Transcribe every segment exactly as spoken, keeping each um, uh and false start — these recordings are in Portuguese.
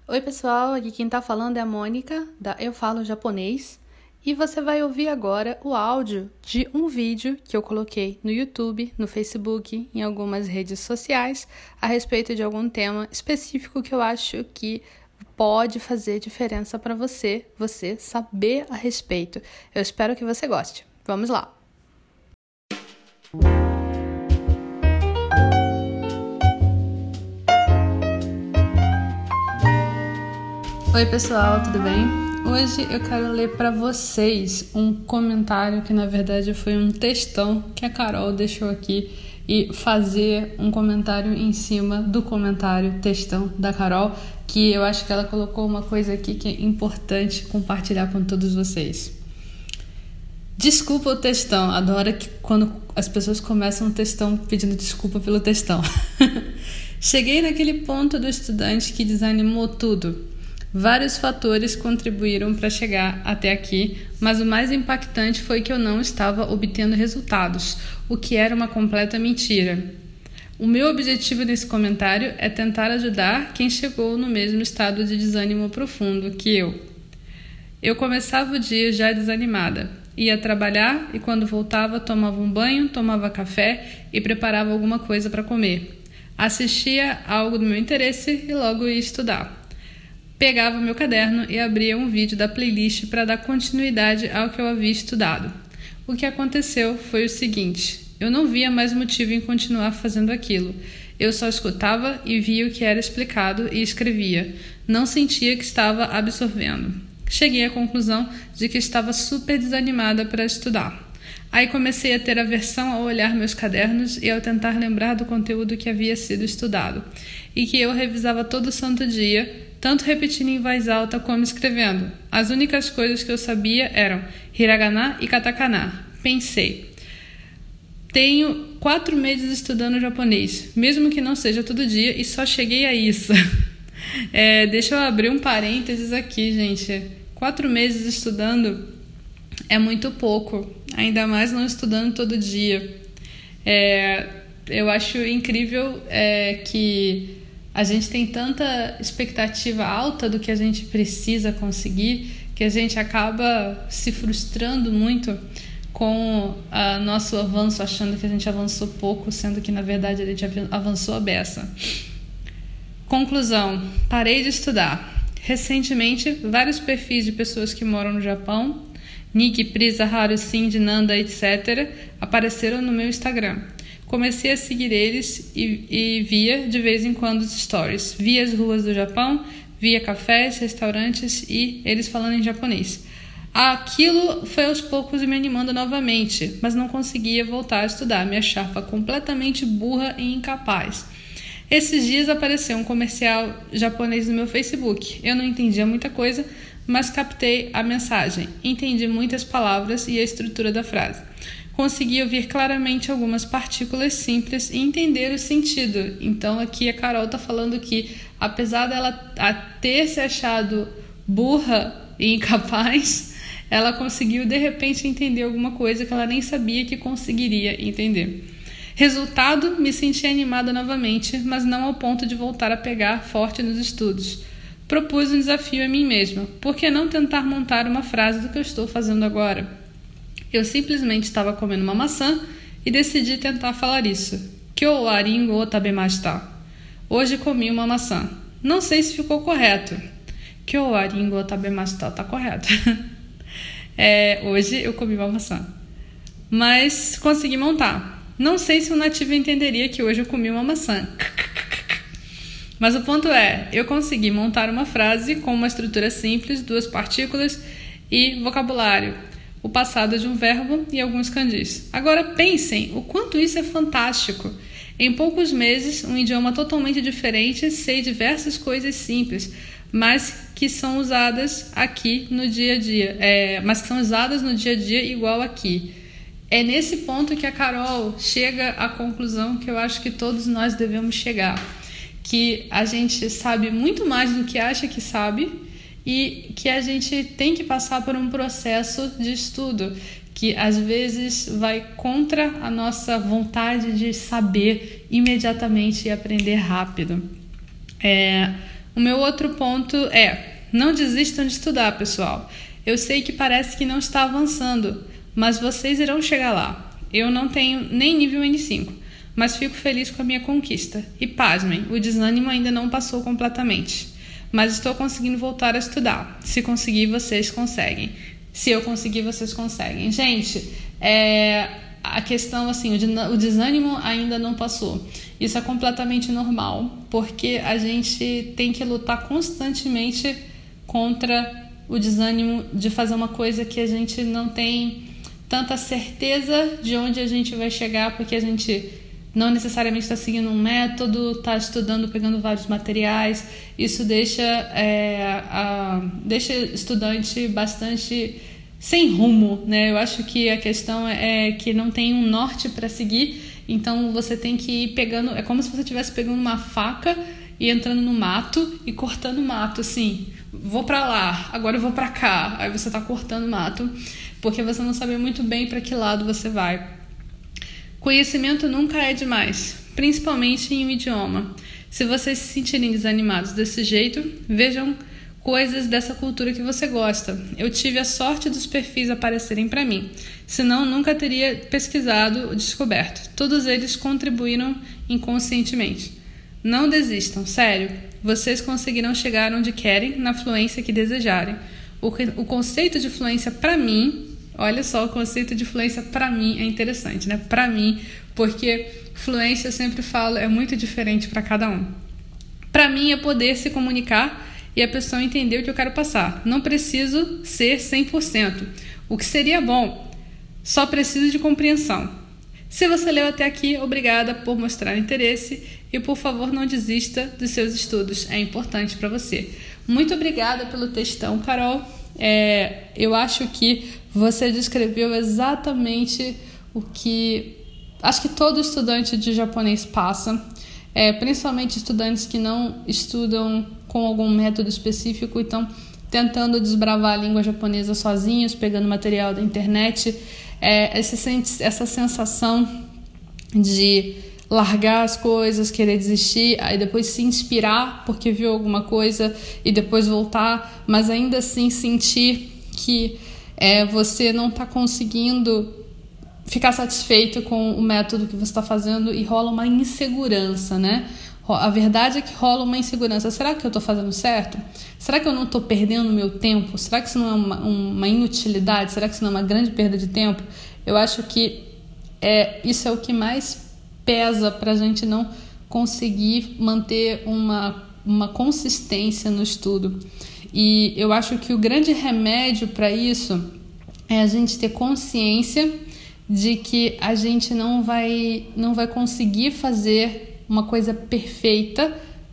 Oi pessoal, aqui quem tá falando é a Mônica, da Eu Falo Japonês, e você vai ouvir agora o áudio de um vídeo que eu coloquei no YouTube, no Facebook, em algumas redes sociais, a respeito de algum tema específico que eu acho que pode fazer diferença para você, você saber a respeito. Eu espero que você goste. Vamos lá! Oi pessoal, tudo bem? Hoje eu quero ler para vocês um comentário que na verdade foi um textão que a Carol deixou aqui e fazer um comentário em cima do comentário textão da Carol, que eu acho que ela colocou uma coisa aqui que é importante compartilhar com todos vocês. Desculpa o textão, adoro que quando as pessoas começam um textão pedindo desculpa pelo textão. Cheguei naquele ponto do estudante que desanimou tudo. Vários fatores contribuíram para chegar até aqui, mas o mais impactante foi que eu não estava obtendo resultados, o que era uma completa mentira. O meu objetivo nesse comentário é tentar ajudar quem chegou no mesmo estado de desânimo profundo que eu. Eu começava o dia já desanimada, ia trabalhar e quando voltava tomava um banho, tomava café e preparava alguma coisa para comer. Assistia algo do meu interesse e logo ia estudar. Pegava meu caderno e abria um vídeo da playlist para dar continuidade ao que eu havia estudado. O que aconteceu foi o seguinte: eu não via mais motivo em continuar fazendo aquilo. Eu só escutava e via o que era explicado e escrevia. Não sentia que estava absorvendo. Cheguei à conclusão de que estava super desanimada para estudar. Aí comecei a ter aversão ao olhar meus cadernos e ao tentar lembrar do conteúdo que havia sido estudado e que eu revisava todo santo dia, tanto repetindo em voz alta como escrevendo. As únicas coisas que eu sabia eram hiragana e katakana. Pensei, tenho quatro meses estudando japonês, mesmo que não seja todo dia, e só cheguei a isso. é, deixa eu abrir um parênteses aqui, gente. Quatro meses estudando é muito pouco, ainda mais não estudando todo dia. É, eu acho incrível é, que a gente tem tanta expectativa alta do que a gente precisa conseguir, que a gente acaba se frustrando muito com o nosso avanço, achando que a gente avançou pouco, sendo que na verdade a gente avançou a beça. Conclusão: parei de estudar. Recentemente, vários perfis de pessoas que moram no Japão, Nick, Prisa, Haru, Cindy, Nanda, etcétera, apareceram no meu Instagram. Comecei a seguir eles e, e via de vez em quando os stories. Via as ruas do Japão, via cafés, restaurantes e eles falando em japonês. Aquilo foi aos poucos me animando novamente, mas não conseguia voltar a estudar. Me achava completamente burra e incapaz. Esses dias apareceu um comercial japonês no meu Facebook. Eu não entendia muita coisa, mas captei a mensagem. Entendi muitas palavras e a estrutura da frase. Consegui ouvir claramente algumas partículas simples e entender o sentido. Então aqui a Carol está falando que, apesar dela ter se achado burra e incapaz, ela conseguiu de repente entender alguma coisa que ela nem sabia que conseguiria entender. Resultado, me senti animada novamente, mas não ao ponto de voltar a pegar forte nos estudos. Propus um desafio a mim mesma. Por que não tentar montar uma frase do que eu estou fazendo agora? Eu simplesmente estava comendo uma maçã e decidi tentar falar isso. Kyou wa ringo o tabemashita. Hoje comi uma maçã. Não sei se ficou correto. Kyou wa ringo o tabemashita tá correto. é, hoje eu comi uma maçã. Mas consegui montar. Não sei se um nativo entenderia que hoje eu comi uma maçã. Mas o ponto é, eu consegui montar uma frase com uma estrutura simples, duas partículas e vocabulário. O passado de um verbo e alguns kanjis. Agora pensem o quanto isso é fantástico. Em poucos meses, um idioma totalmente diferente, sei diversas coisas simples, mas que são usadas aqui no dia a dia. É, mas que são usadas no dia a dia igual aqui. É nesse ponto que a Carol chega à conclusão que eu acho que todos nós devemos chegar. Que a gente sabe muito mais do que acha que sabe e que a gente tem que passar por um processo de estudo que às vezes vai contra a nossa vontade de saber imediatamente e aprender rápido. É, O meu outro ponto é: não desistam de estudar, pessoal. Eu sei que parece que não está avançando, mas vocês irão chegar lá. Eu não tenho nem nível N cinco, mas fico feliz com a minha conquista. E pasmem, o desânimo ainda não passou completamente. Mas estou conseguindo voltar a estudar. Se conseguir, vocês conseguem. Se eu conseguir, vocês conseguem. Gente, é... a questão, assim, o desânimo ainda não passou. Isso é completamente normal, porque a gente tem que lutar constantemente contra o desânimo de fazer uma coisa que a gente não tem tanta certeza de onde a gente vai chegar, porque a gente não necessariamente está seguindo um método, está estudando, pegando vários materiais. Isso deixa, é, a, deixa o estudante bastante sem rumo, né? Eu acho que a questão é que não tem um norte para seguir, então você tem que ir pegando, é como se você estivesse pegando uma faca e entrando no mato e cortando o mato, assim, vou para lá, agora eu vou para cá, aí você tá cortando o mato, porque você não sabe muito bem para que lado você vai. Conhecimento nunca é demais, principalmente em um idioma. Se vocês se sentirem desanimados desse jeito, vejam coisas dessa cultura que você gosta. Eu tive a sorte dos perfis aparecerem para mim, senão nunca teria pesquisado ou descoberto. Todos eles contribuíram inconscientemente. Não desistam, sério. Vocês conseguirão chegar onde querem, na fluência que desejarem. O, o conceito de fluência para mim, olha só, o conceito de fluência para mim é interessante, né? Para mim, porque fluência, eu sempre falo, é muito diferente para cada um. Para mim é poder se comunicar e a pessoa entender o que eu quero passar. Não preciso ser cem por cento. O que seria bom? Só preciso de compreensão. Se você leu até aqui, obrigada por mostrar interesse e, por favor, não desista dos seus estudos. É importante para você. Muito obrigada pelo textão, Carol. É, eu acho que você descreveu exatamente o que acho que todo estudante de japonês passa, é, principalmente estudantes que não estudam com algum método específico e estão tentando desbravar a língua japonesa sozinhos, pegando material da internet. É, essa, essa sensação de largar as coisas, querer desistir, aí depois se inspirar porque viu alguma coisa e depois voltar, mas ainda assim sentir que é, você não está conseguindo ficar satisfeito com o método que você está fazendo e rola uma insegurança, né? A verdade é que rola uma insegurança. Será que eu estou fazendo certo? Será que eu não estou perdendo meu tempo? Será que isso não é uma, uma inutilidade? Será que isso não é uma grande perda de tempo? Eu acho que é, isso é o que mais pesa para a gente não conseguir manter uma, uma consistência no estudo. E eu acho que o grande remédio para isso é a gente ter consciência de que a gente não vai, não vai conseguir fazer uma coisa perfeita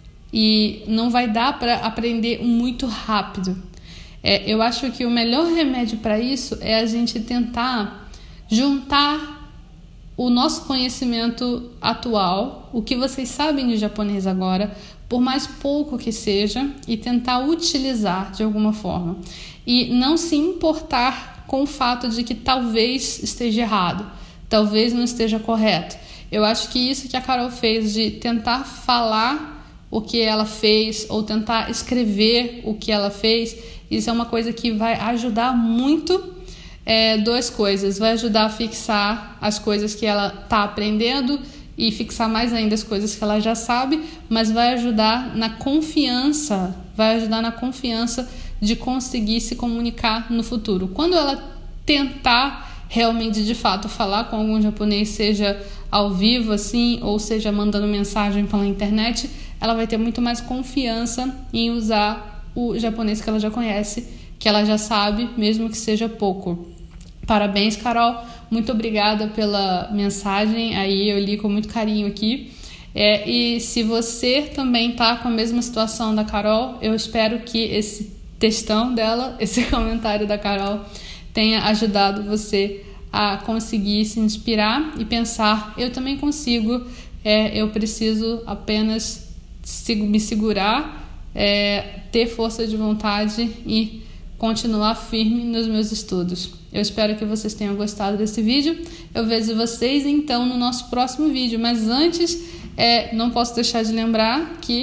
e não vai dar para aprender muito rápido. É, eu acho que o melhor remédio para isso é a gente tentar juntar o nosso conhecimento atual, o que vocês sabem de japonês agora, por mais pouco que seja, e tentar utilizar de alguma forma. E não se importar com o fato de que talvez esteja errado, talvez não esteja correto. Eu acho que isso que a Carol fez, de tentar falar o que ela fez ou tentar escrever o que ela fez, isso é uma coisa que vai ajudar muito. É, duas coisas, vai ajudar a fixar as coisas que ela está aprendendo e fixar mais ainda as coisas que ela já sabe, mas vai ajudar na confiança, vai ajudar na confiança de conseguir se comunicar no futuro. Quando ela tentar realmente, de fato, falar com algum japonês, seja ao vivo, assim, ou seja, mandando mensagem pela internet, ela vai ter muito mais confiança em usar o japonês que ela já conhece, que ela já sabe, mesmo que seja pouco. Parabéns, Carol. Muito obrigada pela mensagem. Aí eu li com muito carinho aqui. É, e se você também está com a mesma situação da Carol, eu espero que esse textão dela, esse comentário da Carol, tenha ajudado você a conseguir se inspirar e pensar, eu também consigo, é, eu preciso apenas me segurar, é, ter força de vontade e continuar firme nos meus estudos. Eu espero que vocês tenham gostado desse vídeo. Eu vejo vocês então no nosso próximo vídeo, mas antes, é, não posso deixar de lembrar que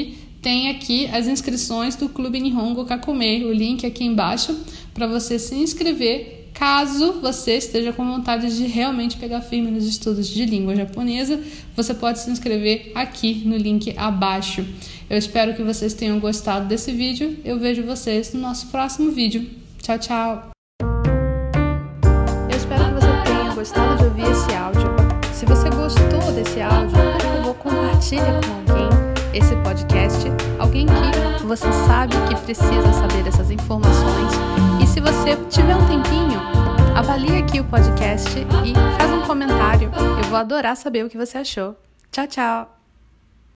tem aqui as inscrições do Clube Nihongo Kakumei, o link aqui embaixo para você se inscrever. Caso você esteja com vontade de realmente pegar firme nos estudos de língua japonesa, você pode se inscrever aqui no link abaixo. Eu espero que vocês tenham gostado desse vídeo. Eu vejo vocês no nosso próximo vídeo. Tchau, tchau! Eu espero que você tenha gostado de ouvir esse áudio. Se você gostou desse áudio, por favor, compartilhe com alguém esse podcast, alguém que você sabe que precisa saber dessas informações. E se você tiver um tempinho, avalie aqui o podcast e faz um comentário. Eu vou adorar saber o que você achou. Tchau, tchau!